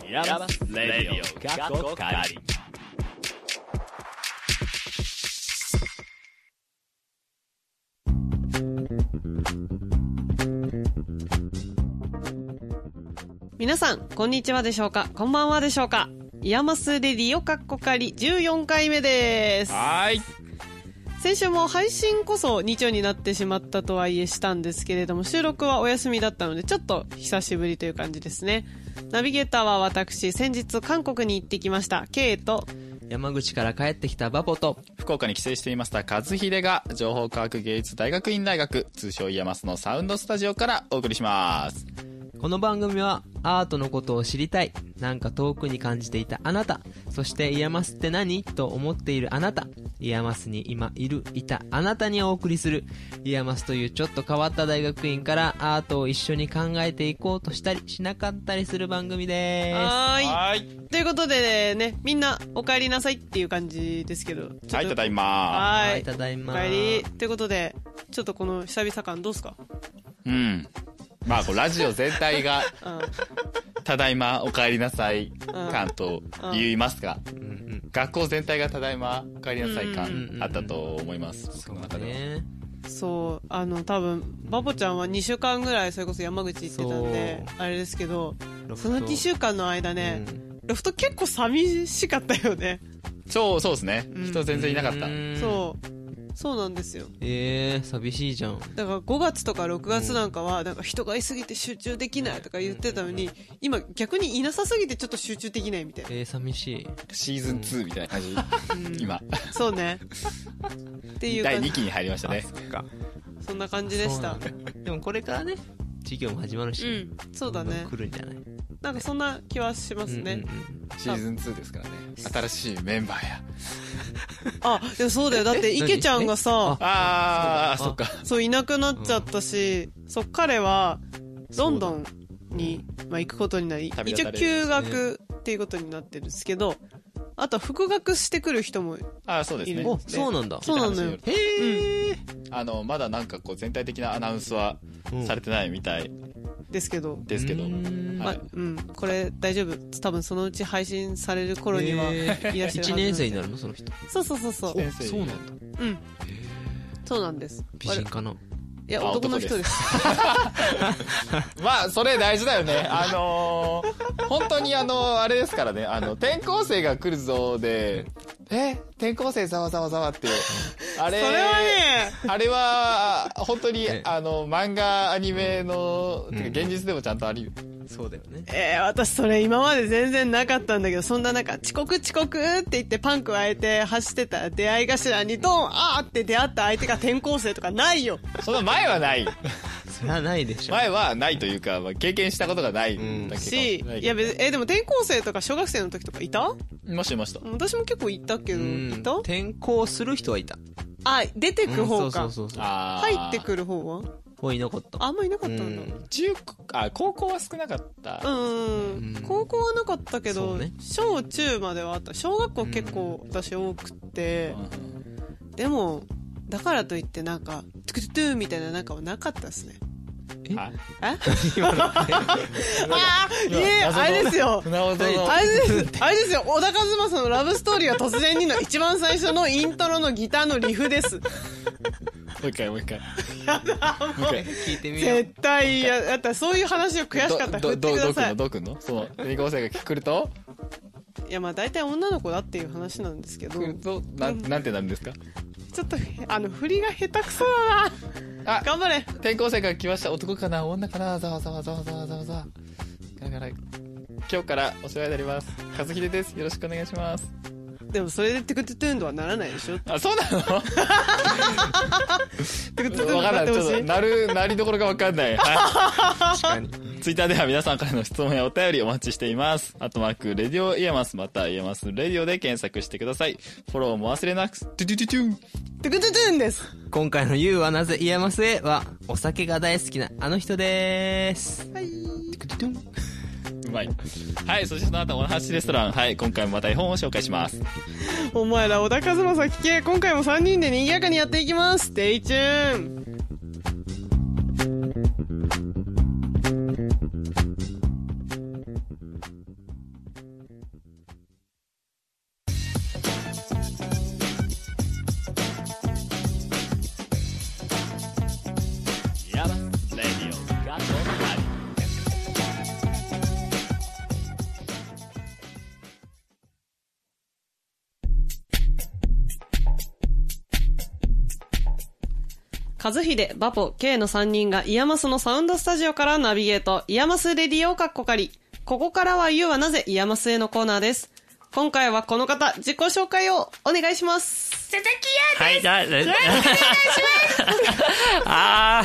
ヤマスレディオかっこかり。 皆さんこんにちはでしょうか、こんばんはでしょうか。イヤマスレディオかっこかり14回目です。 はい。 先週も配信こそ日曜になってしまったとはいえしたんですけれども、収録はお休みだったのでちょっと久しぶりという感じですね。ナビゲーターは私、先日韓国に行ってきましたケイと、 山口から帰ってきたバポと、 福岡に帰省していました和秀が情報科学芸術大学院大学通称イヤマスのサウンドスタジオからお送りします。 この番組はアートのことを知りたい、なんか遠くに感じていたあなた、そしてイヤマスって何と思っているあなた、イヤマスに今いたあなたにお送りするイヤマスというちょっと変わった大学院からアートを一緒に考えていこうとしたりしなかったりする番組です。 はい。ということでね、みんなお帰りなさいっていう感じですけど、 はい、ただいま。 はい、 ただいま。 お帰りということで、ちょっとこの久々感どうすか。 うん、まあこうラジオ全体がただいまお帰りなさい感と言いますか、学校全体がただいまお帰りなさい感あったと思います。その中でね、 そう、多分バボちゃんは2週間ぐらいそれこそ山口行ってたんであれですけど、その2週間の間ね、ロフト結構寂しかったよね。 そうですね、人全然いなかった。そうなんですよ。 寂しいじゃん。 だから5月とか6月なんかはなんか人がいすぎて集中できないとか言ってたのに、今逆にいなさすぎてちょっと集中できないみたいな。 寂しい。 シーズン2みたいな感じ、今。 そうね。っていう感じ。 第2期に入りましたね。 そんな感じでした。 でもこれからね、授業も始まるし、 そうだね。 来るんじゃない。 なんかそんな気はしますね。 シーズン2ですからね。新しいメンバーや。 あ、でもそうだよ。だって池ちゃんがさ、 そっか。 そういなくなっちゃったし、彼はロンドンに行くことになり、一応休学っていうことになってるんですけど、あとは復学してくる人もいる。 そうですね。 そうなんだ。 そうなのよ。 まだなんかこう全体的なアナウンスはされてないみたいですけど、これ大丈夫。多分そのうち配信される頃にはいらっしゃるはず。 1年生になるのその人。 そう。 そうなんだ。 そうなんです。 美人かな。 いや、男の人です。 まあそれ大事だよね。本当にあれですからね、転校生が来るぞで、転校生ざわざわざわってあれ、 それはね、 あれは本当に漫画アニメの、現実でもちゃんとある。 そうだよね。 私それ今まで全然なかったんだけど、そんななんか遅刻って言ってパンク開いて走ってた出会い頭にドンって出会った相手が転校生とかないよ。 その前はない。 それはないでしょ。 前はないというか、経験したことがないんだけど。 いや別に、でも転校生とか小学生の時とかいた？ いました。 私も結構いたけど、いた？ 転校する人はいた。 出てく方か。 そう。 入ってくる方はいなかった。 あんまいなかったんだ。 高校は少なかった。 高校はなかったけど、小中まではあった。小学校結構私多くて、でもだからといってなんかトゥクトゥトゥみたいななんかはなかったですね。あれですよ。あれですよ。小田和正のラブストーリーは突然にの一番最初のイントロのギターのリフです。 もう一回。 聞いてみよう。 絶対だったらそういう話を悔しかったら振ってください。 どうくんのその転校生が来ると、 いやまあ大体女の子だっていう話なんですけど、 なんてなんですか。 ちょっと振りが下手くそだな。頑張れ。 転校生が来ました。男かな女かな、ざわざわだから今日からお世話になります。和秀です。よろしくお願いします。 でもそれでテクトゥトゥンドはならないでしょ。 そうなの？ テクトゥトゥンドわからない。ちょっとなりどころがわかんない。 確かに。 ツイッターでは皆さんからの質問やお便りお待ちしています。レディオイヤマスまたイヤマスレディオで検索してください。フォローも忘れなく。トゥトゥトゥトゥン。 テクトゥトゥンです。 今回の You はなぜイヤマスへはお酒が大好きなあの人でーす。 はい。 テクトゥトゥン。 うまい。はい、そしてその後お話レストラン、はい、今回もまた絵本を紹介します。 お前ら小田和正聞け。今回も3人で賑やかにやっていきます。ステイチューン。 和秀、バポ、K の3人がイヤマスのサウンドスタジオからナビゲート、イヤマスレディオカッコカリ。ここからは You はなぜイヤマスへのコーナーです。今回はこの方、自己紹介をお願いします。 佐々木屋です。はい、よろしくお願いします。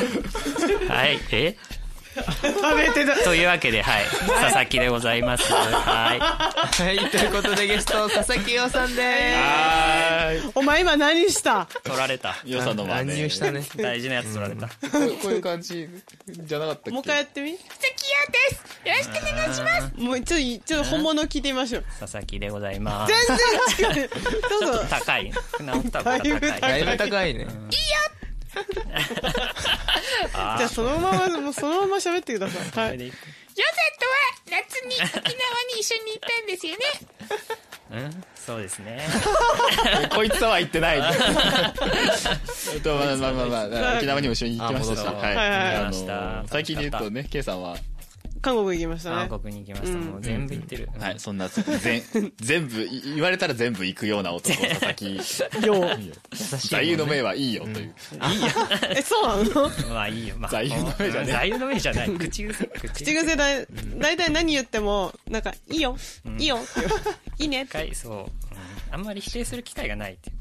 はい、 食べてた。 というわけで、はい、佐々木でございます。はい。 はい、ということでゲスト、佐々木陽さんではーい。 お前今何した？ 取られた。 よさの真似。 乱入したね。 大事なやつ取られた。 こういう感じじゃなかったっけ？ もう一回やってみ。 佐々木屋です。よろしくお願いします。 もうちょっと本物聞いてみましょう。 佐々木でございます。 全然違う。どうぞ。 高い。直った方が高い。 だいぶ高いね。 じゃあそのまま喋ってください。はい。 ヨセとは夏に沖縄に一緒に行ったんですよね。 うんそうですね。 こいつは言ってない。まあ沖縄にも一緒に行きましたし、はい。最近で言うとね、K さんは韓国行きましたね。 韓国に行きました。もう全部行ってる。 はい、そんな全部言われたら全部行くような男、佐々木。座右の銘はいいよという。いいよ。 そうなの？ まあいいよ。 座右の銘じゃない。 座右の銘じゃない。口癖だいたい何言ってもなんかいいよいいよいいね。 そう。あんまり否定する機会がないっていう。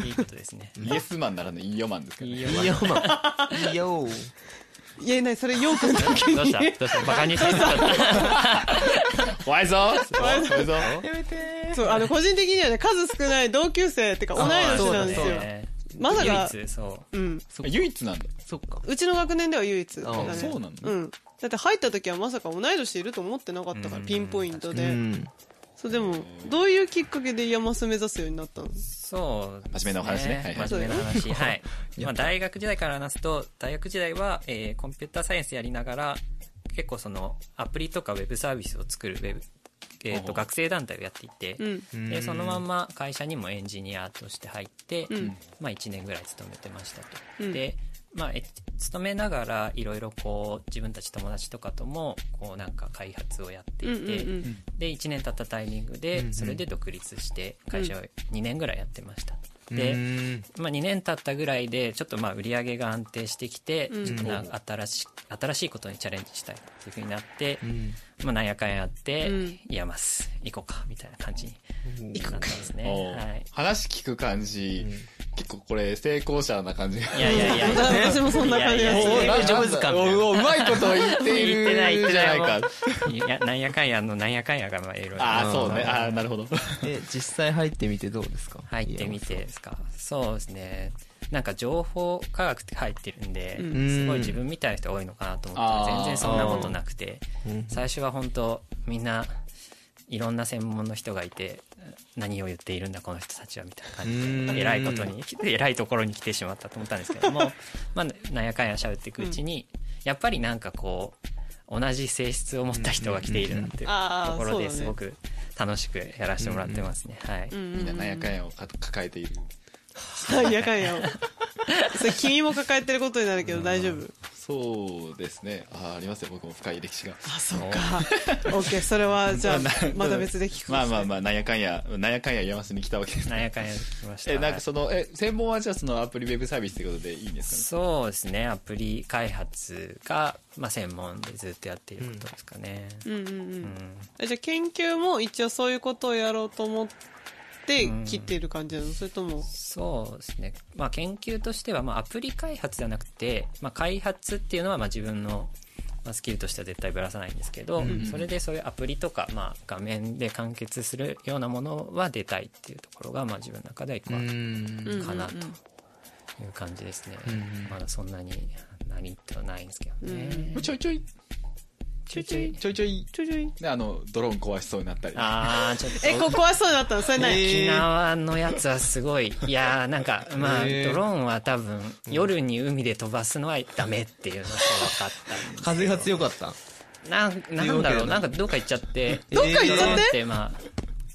いいことですね。 イエスマンならぬいいよマンですからね。 いいよマン。 いいよ。いや、それよくだけに。 どうしたバカにしてた。 怖いぞ怖いぞ。 やめて。そう、個人的にはね、数少ない同級生ってか同い年なんですよ。まさか。 唯一、そう。 うん。 唯一なんだ。 そっか。 うちの学年では唯一。そうなんだ。 うん。だって入った時はまさか同い年いると思ってなかったから、ピンポイントで。そう、でも、どういうきっかけでイヤマス目指すようになったの？ そう。 真面目なお話ね。 真面目な話。はい。まあ大学時代から話すと、大学時代はコンピューターサイエンスやりながら、結構そのアプリとかウェブサービスを作るウェブ、学生団体をやっていて、でそのまんま会社にもエンジニアとして入って、まあ1年ぐらい勤めてましたと。で、まあ勤めながらいろいろこう自分たち友達とかともこうなんか開発をやっていて、で1年経ったタイミングでそれで独立して会社を2年ぐらいやってました。で、まあ、2年経ったぐらいでちょっとまあ売り上げが安定してきて、ちょっとなんか新しいことにチャレンジしたいというふうになって、まあ、なんやかんやって、いやます行こうかみたいな感じになったんですね。はい、 話聞く感じ、結構これ成功者な感じ。 いや私もそんな感じがする。上手かみたいな。 うまいこと言っているじゃないか。 いやなんやかんやのなんやかんやがまあいろいろ。 ああそうね。ああなるほど。 実際入ってみてどうですか？ 入ってみてですか？そうですね。なんか情報科学って入ってるんで、すごい自分みたいな人多いのかなと思って全然そんなことなくて、最初は本当みんないろんな専門の人がいて何を言っているんだこの人たちはみたいな感じで偉いところに来てしまったと思ったんですけどもまあなんやかんや喋っていくうちに、やっぱりなんかこう同じ性質を持った人が来ているなっていうところですごく楽しくやらせてもらってますね。はい。 みんななんやかんやを抱えている。 なんやかんやを。それ君も抱えてることになるけど大丈夫？ そうですね。ありますよ。僕も深い歴史が。 あ、そうか。オッケー。それはじゃあまた別で聞く。 まあなんやかんやイヤマスに来たわけです。 なんやかんや来ました。 なんかその専門はじゃあそのアプリウェブサービスってことでいいんですかね？ そうですね。アプリ開発がまあ専門でずっとやっていることですかね。 じゃあ研究も一応そういうことをやろうと思って切っている感じなの？それとも？ そうですね。まあ研究としてはまあアプリ開発ではなくて、まあ開発っていうのはまあ自分のスキルとしては絶対ぶらさないんですけど、それでそういうアプリとかまあ画面で完結するようなものは出たいっていうところがまあ自分の中では一個あるかなという感じですね。まだそんなに何ってはないんですけどね。 ちょいちょいでドローン壊しそうになったり。 ちょっと壊しそうになったの？それ何？ 沖縄のやつはすごい。いやなんかまあドローンは多分夜に海で飛ばすのはダメっていうのが分かったんです。 風が強かった？ なんだろう、なんかどっか行っちゃって。 どっか行っちゃって？ まあ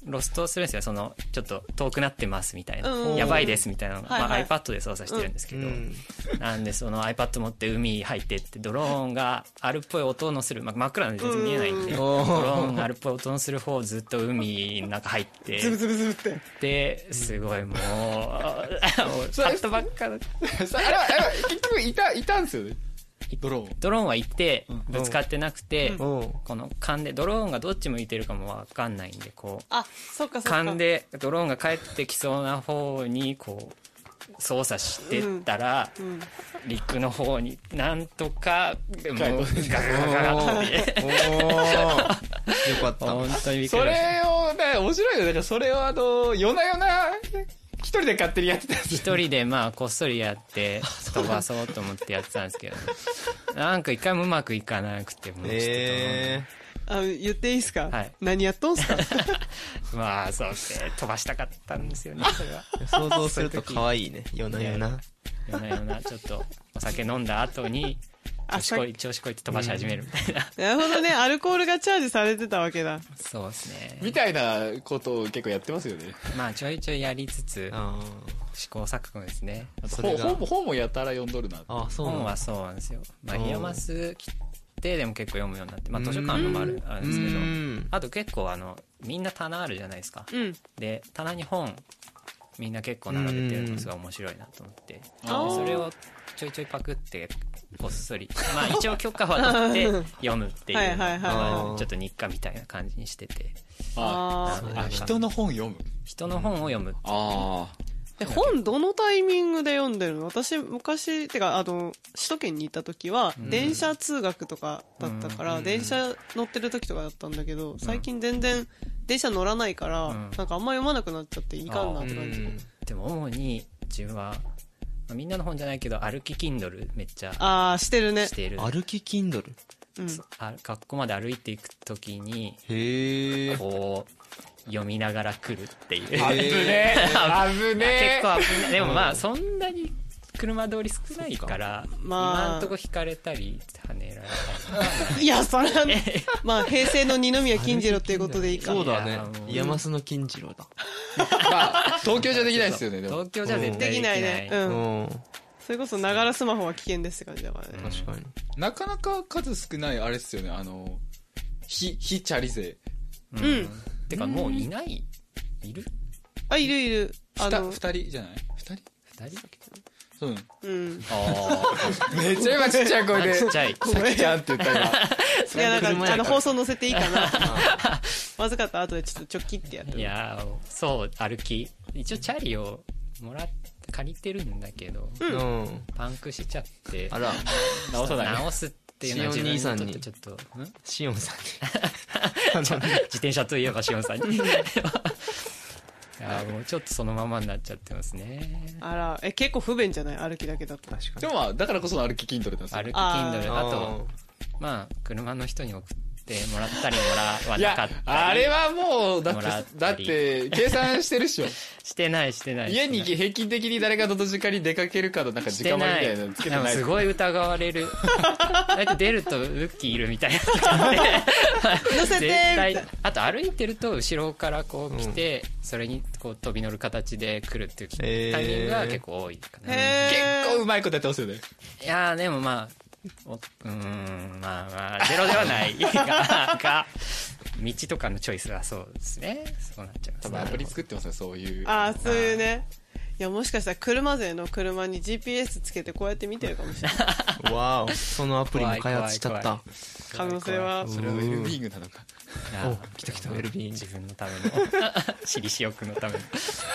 ロストするんですよ。その、ちょっと遠くなってますみたいな。 うんやばいですみたいなのが、 はいはいまあ iPad で操作してるんですけど、なんでその iPad 持って海入ってってドローンがあるっぽい音のする、まあ、真っ暗なんで全然見えないんで、ドローンがあるっぽい音のする方をずっと海の中入ってズブズブズブってで、すごいもう、買ったばっかだ。 あれは結局いたんですよね、ドローン。 ドローンは行ってぶつかってなくて、 おうこの勘でドローンがどっち向いてるかもわかんないんで、こうあそっかそっか勘でドローンが帰ってきそうな方にこう操作してったら、陸の方になんとかもうガガガガガっておーよかった。 本当にびっくりしそました。 れをね、面白いよ。だからそれを夜な夜な一人で勝手にやってたんですよ。 一人でまあこっそりやって飛ばそうと思ってやってたんですけど、なんか一回もうまくいかなくて、もうちょっ言っていいですか、 はい何やっとんすかとまあそうですね、飛ばしたかったんですよね、それは。 想像すると可愛いね。夜な夜な。 夜な夜なちょっとお酒飲んだ後に調子こいって飛ばし始めるみたいな、 なるほどね、アルコールがチャージされてたわけだ。 そうですね。 みたいなことを結構やってますよね。 まあちょいちょいやりつつあ試行錯誤ですね。 あとそれが本もやたら読んどるな。 あ、そうなんだ。 本はそうなんですよ。まあうんイヤマス切ってでも結構読むようになって、まあ図書館のもあるんですけど、あと結構みんな棚あるじゃないですか。 うんで棚に本みんな結構並べてるのすごい面白いなと思って、 あーそれをちょいちょいパクってこっそり、まあ一応許可は取って読むっていうはいはいはいはいちょっと日課みたいな感じにしてて、 あ人の本読む。 人の本を読む。 あで本どのタイミングで読んでるの？私昔てか首都圏に行った時は電車通学とかだったから、電車乗ってる時とかだったんだけど、最近全然電車乗らないから、なんかあんま読まなくなっちゃっていかんなって感じ。 でも主に自分は、まあみんなの本じゃないけど歩き Kindle めっちゃしてるねし。てる。 歩き Kindle。 学校まで歩いていく時にへえ。 こう読みながら来るっていう。 危ねえ。危ねえ。 結構危ない。でもまあそんなに車通り少ないから、 まあ今んとこ引かれたり跳ねられたいやそれはまあ平成の二宮金次郎っていうことでいいか。 そうだねいやもう。 イヤマスの金次郎だ。 まあ東京じゃできないですよね。でり。 も東京じゃ絶対できないね。う。 うんん。 それこそながらスマホは危険ですって感じだからね。 確かに。 なかなか数少ないあれですよね。非チャリ勢。 うん。てかもういないいるいるいる。 二人じゃない？二人？ 二人そう。 うん。 めっちゃ今ちっちゃい声で。 ちっちゃい。 さきちゃんって言った今。 いやなんか車やから放送載せていいかな。まずかったら後でちょっと直帰ってやって。 いやーそう歩き一応チャリを借りてるんだけど、 うん。 パンクしちゃってあら、 直さない。 直すっていうのは自分にとってちょっとシオンさん自転車といえばシオンさんにいやもうちょっとそのままになっちゃってますね。 あら、結構不便じゃない歩きだけだと。 確かでもまあだからこその歩き筋トレなんですよ。 歩きあ Kindle に。 あとまあ車の人に送ってもらったりもらわいやなかったり、 あれはもうだもらっってだったりて計算してるっしょ。 してない家に平均的に誰かと時間に出かけるかのなんか時間割みたいなのつけてでもない。 すごい疑われる。だいたい出るとウッキーいるみたいな。 乗せて絶対あと歩いてると後ろからこう来て、それにこう飛び乗る形で来るっていうタイミングが結構多いかな。 結構うまいことやってますよね。 いやーでもまあまあゼロではないが道とかのチョイスはそうですね。そうなっちゃいますね。 多分アプリ作ってますよそういう。 そういうね。いやもしかしたら車勢の車に GPS つけてこうやって見てるかもしれない。 わお。そのアプリも開発しちゃった。 可能性は。 それはウェルビーイングなのか。 いやお、来た来た、ウェルビーイング。 自分のための私利私欲のための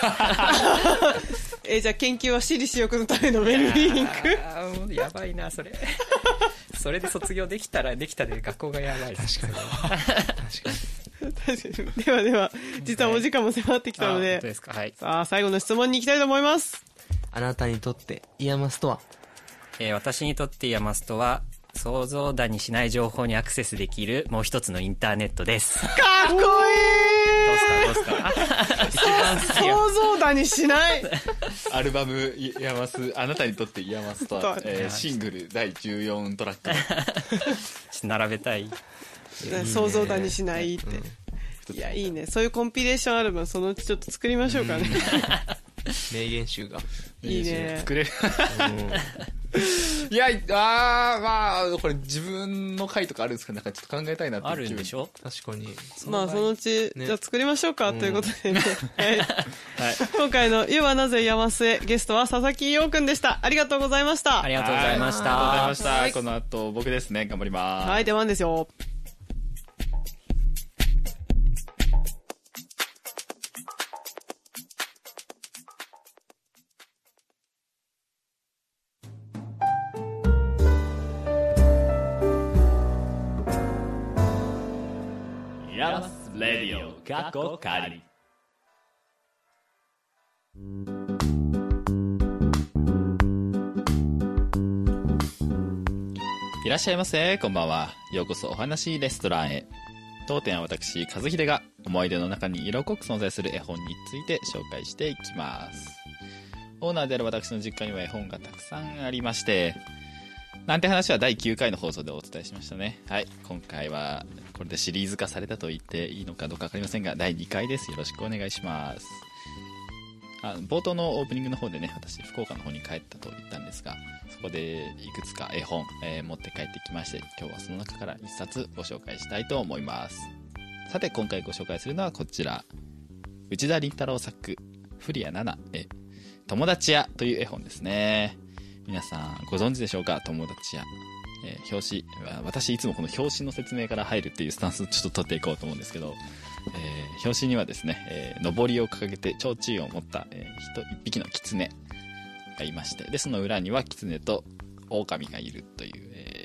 じゃあ研究は私利私欲のためのウェルビーイング。 もうやばいなそれ。それで卒業できたらできたで学校がやばい。確かに。 確かに。では実はお時間も迫ってきたの本当で、 ですか。はい。 さあ最後の質問に行きたいと思います。 あなたにとってイヤマスとは？ 私にとってイヤマスとは想像だにしない情報にアクセスできるもう一つのインターネットです。 かっこいい。 どうすか一番好きよ。 想像だにしない。 アルバムイヤマスあなたにとってイヤマスとはとシングル第14トラック。 並べたい。 想像だにしないって。 作って。 いや、いいね。そういうコンピレーションアルバム、そのうちちょっと作りましょうかね。 名言集が。 いいね。 作れる。いや、まあ、これ自分の回とかあるんですか？なんかちょっと考えたいなって。 あるんでしょ？ 確かに。 まあ、そのうち、じゃあ作りましょうか、ということでね。はい。 はい。 今回の湯はなぜ山末、ゲストは佐々木陽くんでした。ありがとうございました。 ありがとうございましありがとうございた。 ました。この後、僕ですね。頑張ります。 はい、出番ですよ。 ヤマスレディオ過去仮。 いらっしゃいませ。こんばんは。ようこそお話レストランへ。当店は私、和秀が思い出の中に色濃く存在する絵本について紹介していきます。オーナーである私の実家には絵本がたくさんありまして、なんて話は第9回の放送でお伝えしましたね。はい。今回はこれでシリーズ化されたと言っていいのかどうかわかりませんが、第2回です。よろしくお願いします。冒頭のオープニングの方でね、私福岡の方に帰ったと言ったんですが、そこでいくつか絵本、持って帰ってきまして、今日はその中から1冊ご紹介したいと思います。さて今回ご紹介するのはこちら、内田倫太郎作、古谷奈々友達屋という絵本ですね。皆さんご存知でしょうか？友達屋。表紙、私いつもこの表紙の説明から入るっていうスタンスをちょっと取っていこうと思うんですけど、表紙にはですね、上りを掲げて提灯を持った、一匹の狐がいまして、でその裏には狐と狼がいるという、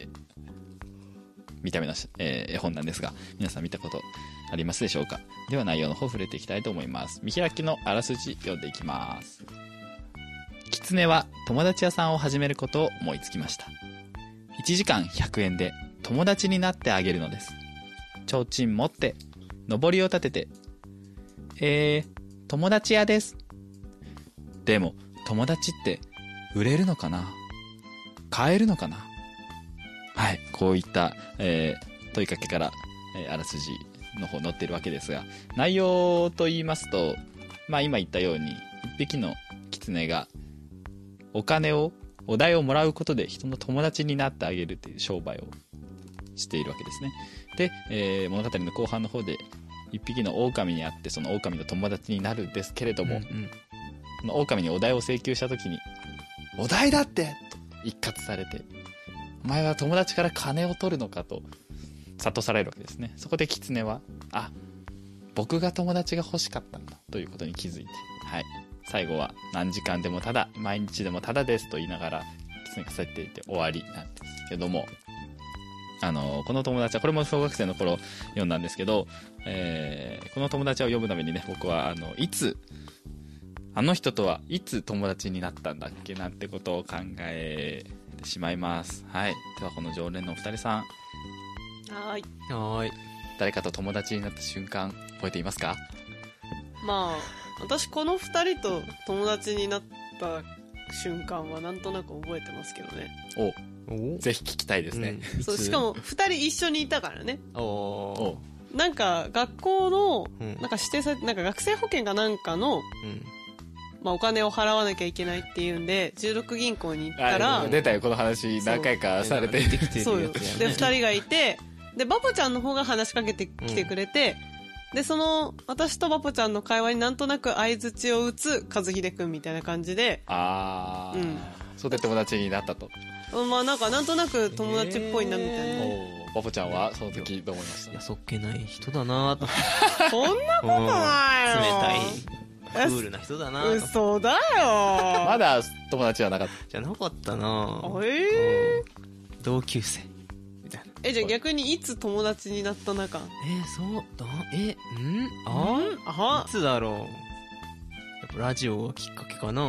見た目の、絵本なんですが、皆さん見たことありますでしょうか？では内容の方触れていきたいと思います。見開きのあらすじ読んでいきます。狐は友達屋さんを始めることを思いつきました。1時間100円で友達になってあげるのです。提灯持って上りを立てて、友達屋です。でも友達って売れるのかな？買えるのかな？はい、こういった、問いかけから、あらすじの方載っているわけですが、内容と言いますと、まあ今言ったように一匹の狐がお題をもらうことで人の友達になってあげるという商売をしているわけですね。で、物語の後半の方で一匹の狼に会って、その狼の友達になるんですけれども、その狼にお題を請求した時に、お題だってと一喝されて、お前は友達から金を取るのかと諭されるわけですね。そこで狐は、僕が友達が欲しかったんだということに気づいて、はい、最後は何時間でもただ、毎日でもただですと言いながら狐が去っていって終わりなんですけども、この友達は、これも小学生の頃読んだんですけど、この友達を読むためにね、僕はあの人とはいつ友達になったんだっけなんてことを考えてしまいます。はい。ではこの常連のお二人さん、 はーい。 誰かと友達になった瞬間覚えていますか？ まあ、私この二人と友達になった瞬間はなんとなく覚えてますけどね。 ぜひ聞きたいですね。 そう、しかも二人一緒にいたからね。 おなんか学校の、 うんなんか指定されて、なんか学生保険かなんかの、まあお金を払わなきゃいけないっていうんで、16銀行に行ったら、 出たよ、この話何回かされて出てきてそうよ。 るやつやね。 で、二人がいて、で、バポちゃんの方が話しかけてきてくれて、で、私とバポちゃんの会話になんとなく相槌を打つ和秀くんみたいな感じで、 そうで友達になったと。 まあなんかなんとなく友達っぽいなみたいな。 バポちゃんはその時どう思いました？ いや、そっけない人だなと。 そんなことないよ。 冷たい、クールな人だなと。 嘘だよ。 まだ友達はなかった。 じゃなかったな同級生。みたいな。 じゃあ逆にいつ友達になった仲？ そうだ、いつだろう。やっぱラジオがきっかけかな。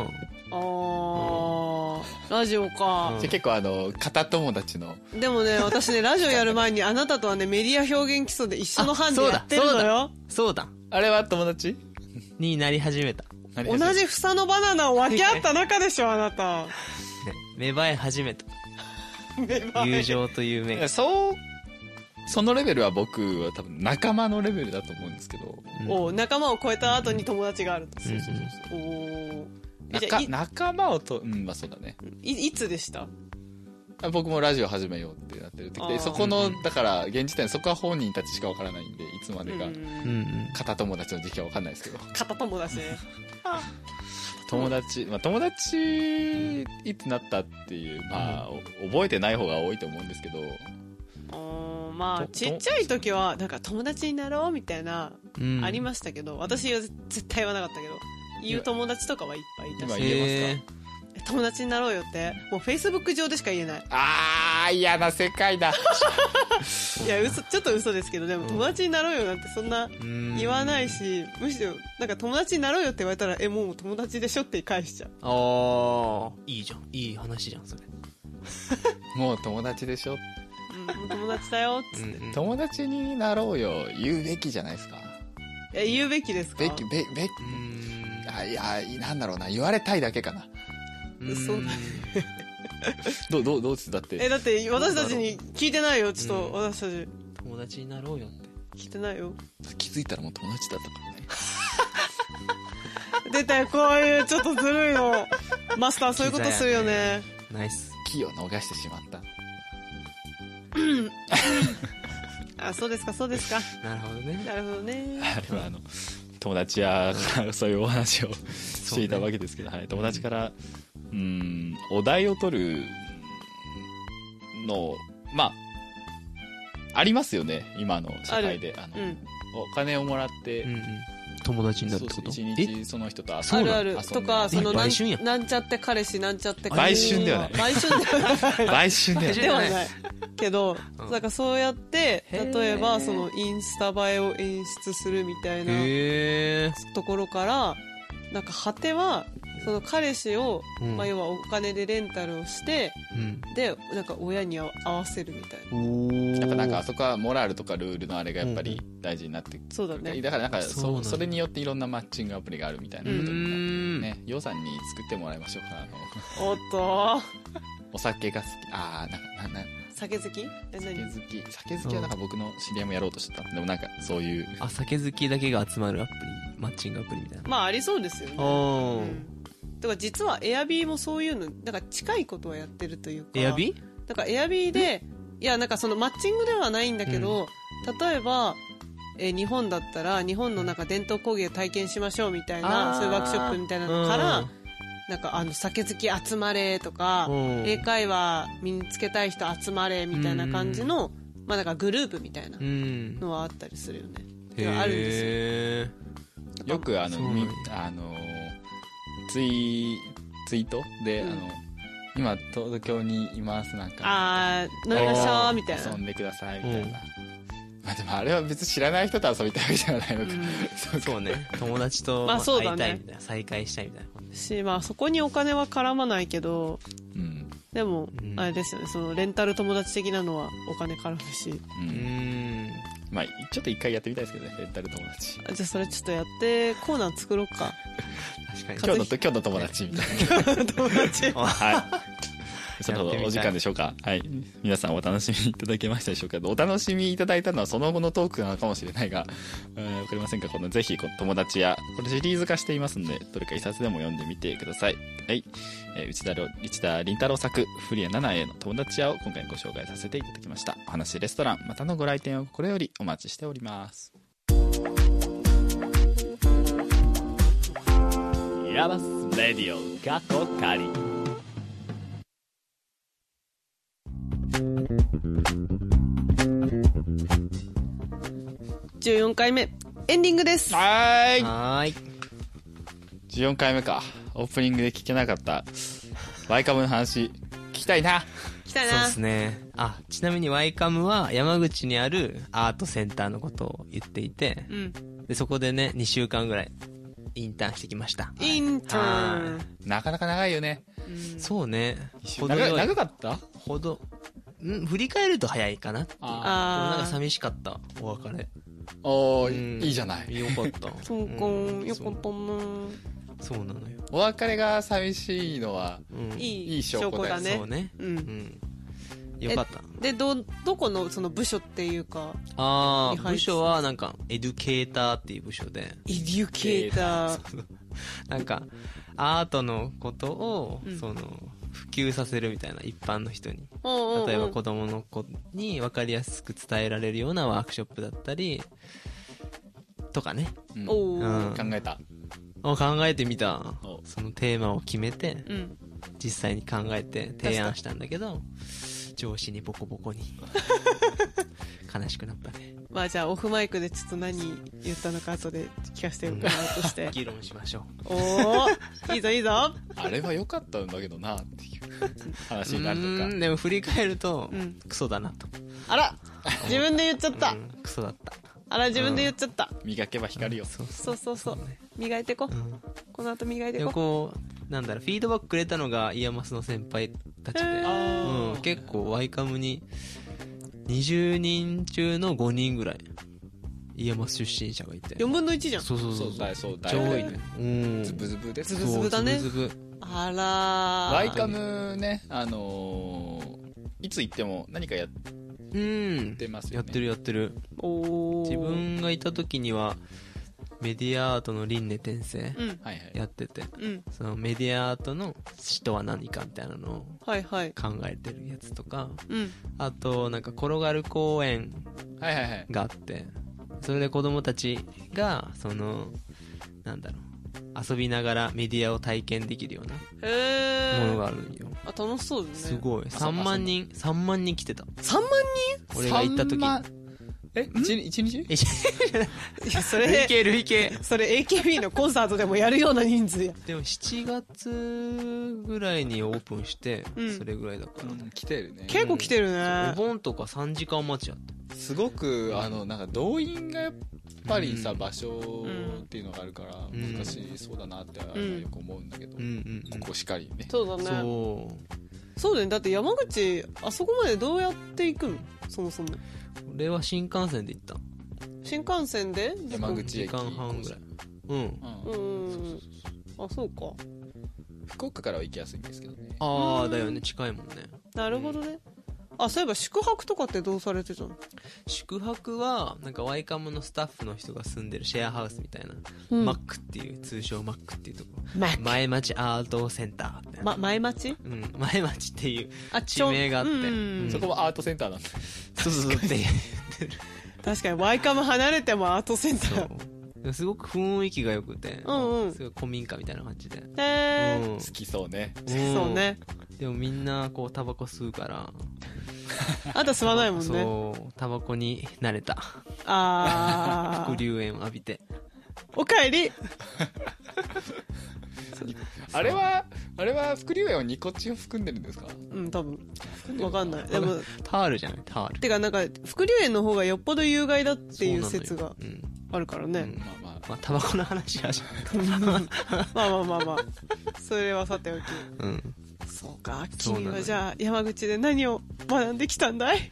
ラジオか。 結構片友達の。 でもね、私ね、ラジオやる前にあなたとはね、メディア表現基礎で一緒の班でやってるのよ。 そうだ。 あれは友達になり始めた。 同じ房のバナナを分け合った仲でしょ、あなた。 芽生え始めた。友情という目。 そうそのレベルは僕は多分仲間のレベルだと思うんですけど、 お仲間を超えた後に友達があると。 そうそうそうおじゃあ仲間をまあそうだね。 いつでした？ 僕もラジオ始めようってなってる時で、そこのだから現時点そこは本人たちしかわからないんで、いつまでか片友達の時期はわかんないですけど、 片友達ね。 友達いつなったっていう、まあ覚えてない方が多いと思うんですけど、 まあちっちゃい時はなんか友達になろうみたいなありましたけど、私は絶対言わなかったけど、言う友達とかはいっぱいいたし。 今言えますか？ 友達になろうよってもうフェイスブック上でしか言えない。 嫌な世界だ。 いやちょっと嘘ですけど、でも友達になろうよなんてそんな言わないし、むしろなんか友達になろうよって言われたらもう友達でしょって返しちゃう。 いいじゃん、いい話じゃんそれ。 もう友達でしょ、 もう友達だよっつって、 友達になろうよ言うべきじゃないですか。 言うべきですか？ いやなんだろうな、言われたいだけかな。どうですだって。 だって私たちに聞いてないよ。ちょっと私たち友達になろうよって聞いてないよ。 気づいたらもう友達だったからね。 出たよ、こういうちょっとずるいの。マスターそういうことするよね。 ナイス。 気を逃してしまった。 そうですかそうですか。 なるほどね。 なるほどね。 あれは友達やそういうお話をしていたわけですけど、はい、友達からお題を取るのまあありますよね、今の社会で。お金をもらって、 友達になるってこと？ 一日その人と遊んであるとか、そのなんちゃって彼氏なんちゃって売春ではない。 売春ではない。 売春ではないけど、なんかそうやって例えばそのインスタ映えを演出するみたいなところから、なんか果てはその彼氏を、要はお金でレンタルをして、でなんか親に合わせるみたいな。 やっぱなんかあそこはモラルとかルールのあれがやっぱり大事になってくる。 そうだね。 だからなんかそれによっていろんなマッチングアプリがあるみたいなことにね、ヨウさんに作ってもらいましょうか。 おっとお酒が好き。 酒好き？ 酒好きはなんか僕の知り合いもやろうとしてた。でもなんかそういう酒好きだけが集まるアプリ、マッチングアプリみたいな。 まあありそうですよね。だから実はエアビーもそういうのなんか近いことはやってるというか。 エアビー？ だからエアビーで、いやなんかそのマッチングではないんだけど、例えば日本だったら日本のなんか伝統工芸を体験しましょうみたいな、そういうワークショップみたいなのから、なんか酒好き集まれとか、英会話身につけたい人集まれみたいな感じの、まあなんかグループみたいなのはあったりするよね。あるんですよ。よくツイートで、今東京にいますなんか飲みましょうみたいな、 遊んでくださいみたいな。まあでもあれは別に知らない人と遊びたいわけじゃないのか。 そうね、友達と会いたいみたいな、再会したいみたいなし、まあそこにお金は絡まないけど、でもあれですよね、そのレンタル友達的なのはお金絡むし、 まあちょっと一回やってみたいですけどね、レンタル友達。 じゃあそれちょっとやってコーナー作ろうか。 確かに今日の友達みたいな。友達。はい。そろそろお時間でしょうか。はい。皆さんお楽しみいただけましたでしょうか。お楽しみいただいたのはその後のトークなのかもしれないが、わかりませんか。ぜひ友達や、これシリーズ化していますので、どれか一冊でも読んでみてください。はい。内田凛太郎作、フリア7への友達屋を今回ご紹介させていただきました。お話レストラン、またのご来店を心よりお待ちしております。 ヤマスレディオ過去仮。 14回目エンディングです。 はーい。14回目か。オープニングで聞けなかったワイカムの話聞きたいな。 そうですね。ちなみにワイカムは山口にあるアートセンターのことを言っていて、でそこでね2週間ぐらいインターンしてきました。 インターンなかなか長いよね。 そうね。 長かった？ 振り返ると早いかな。でもなんか寂しかった、お別れ。 いいじゃない。 よかった。 そうか、よかったな。 そうなのよ。 お別れが寂しいのは、いい証拠だね。 そうね。 よかった。 で、どこのその部署っていうか。 部署はなんか、エデュケーターっていう部署で。 エデュケーター。 なんか、アートのことを、普及させるみたいな、一般の人に。例えば子供の子に分かりやすく伝えられるようなワークショップだったり、とかね。 考えた。 考えてみた。そのテーマを決めて、実際に考えて提案したんだけど、上司にボコボコに悲しくなったね。 まあじゃあオフマイクでちょっと何言ったのか後で聞かせてもらうとして議論しましょう。 おいいぞいいぞ。 あれは良かったんだけどなっていう話になるのか。 でも振り返ると、クソだなと。 あら自分で言っちゃった、 クソだった。 あら自分で言っちゃった、 磨けば光るよ。 そう、磨いてこ、この後磨いてこ。 こうなんだろう、フィードバックくれたのがイヤマスの先輩たちで、結構ワイカムに20人中の5人ぐらいイヤマス出身者がいて、 4分の1じゃん。 そう超多いね。 ズブズブです。 ズブズブだね。あらワイカムね、いつ行っても何かやってますよね。 やってる。自分がいた時にはメディアアートの輪廻転生やってて、そのメディアアートの詩とは何かみたいなのを考えてるやつとか、あとなんか転がる公園があって、それで子供たちがそのなんだろう、遊びながらメディアを体験できるようなものがあるんよ。 楽しそうだね。 すごい。3万人来てた。 3万人？ 俺が行った時。 1日？ いや、それ、 いけ。 それ AKB のコンサートでもやるような人数や。 でも7月ぐらいにオープンして、それぐらいだから。 来てるね。 結構来てるね。 お盆とか3時間待ちやった。 すごく、なんか動員がやっぱりさ、場所っていうのがあるから、難しそうだなってよく思うんだけど、ここしかりね。 そうだね。そうだね。だって山口、あそこまでどうやって行くの？そもそも。 俺は新幹線で行った。 新幹線で山口駅 1時間半ぐらい。 あ、そうか。 福岡からは行きやすいんですけどね。 だよね、近いもんね。 なるほどね。そういえば宿泊とかってどうされてたの？ 宿泊はなんかワイカムのスタッフの人が住んでるシェアハウスみたいな、マックっていう、通称マックっていうところ、前町アートセンターみたいな、 前町？ 前町っていう地名があって、 そこもアートセンターなんだ。 そうって言ってる。 確かにワイカム離れてもアートセンター。 すごく雰囲気が良くて、すごい古民家みたいな感じで、 好きそうね。 そうね。 でもみんなこうタバコ吸うからあんた吸わないもんね。 そうタバコに慣れた。副流煙を浴びておかえり。 あれは副流煙はニコチンを含んでるんですか？ 多分わかんない。でもタールじゃない？タールてかなんか副流煙の方がよっぽど有害だっていう説があるからね。 まあタバコの話はまあそれはさておき。そうか。君はじゃあ山口で何を学んできたんだい？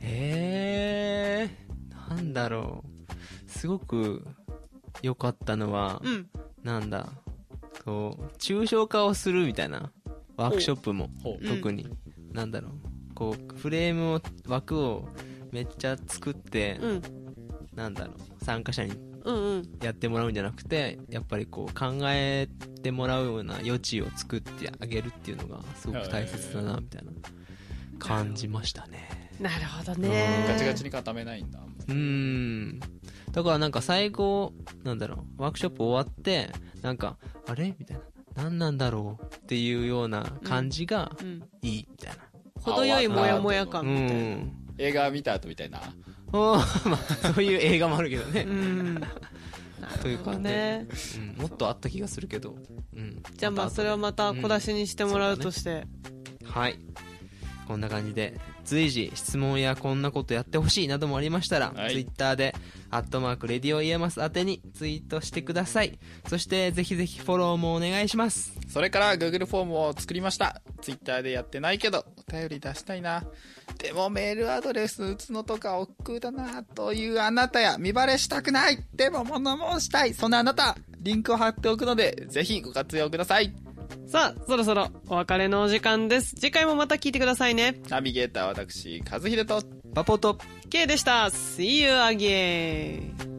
なんだろう、すごく良かったのは、なんだ、こう抽象化をするみたいなワークショップも特に、なんだろう、こうフレームを枠をめっちゃ作って、なんだろう、参加者にやってもらうんじゃなくて、やっぱりこう考えてもらうような余地を作ってあげるっていうのがすごく大切だなみたいな感じましたね。 なるほどね。 ガチガチに固めないんだ。 だからなんか最後なんだろう、ワークショップ終わってなんかあれみたいな、何なんだろうっていうような感じがいいみたいな、 程よいモヤモヤ感みたいな、 映画見た後みたいな。 まあそういう映画もあるけどね。というかね、もっとあった気がするけど、 じゃあまあそれはまた小出しにしてもらうとして、 はい、こんな感じで随時質問やこんなことやってほしいなどもありましたら、ツイッターでレディオイヤマス宛てにツイートしてください。そしてぜひぜひフォローもお願いします。 それから Google フォームを作りました。ツイッターでやってないけどお便り出したいな、でもメールアドレス打つのとか億劫だなというあなたや、見バレしたくないでも物申したい、そんなあなた、リンクを貼っておくのでぜひご活用ください。 さあ、そろそろお別れのお時間です。次回もまた聞いてくださいね。 ナビゲーター私、和秀と、 パポと、 K でした。See you again.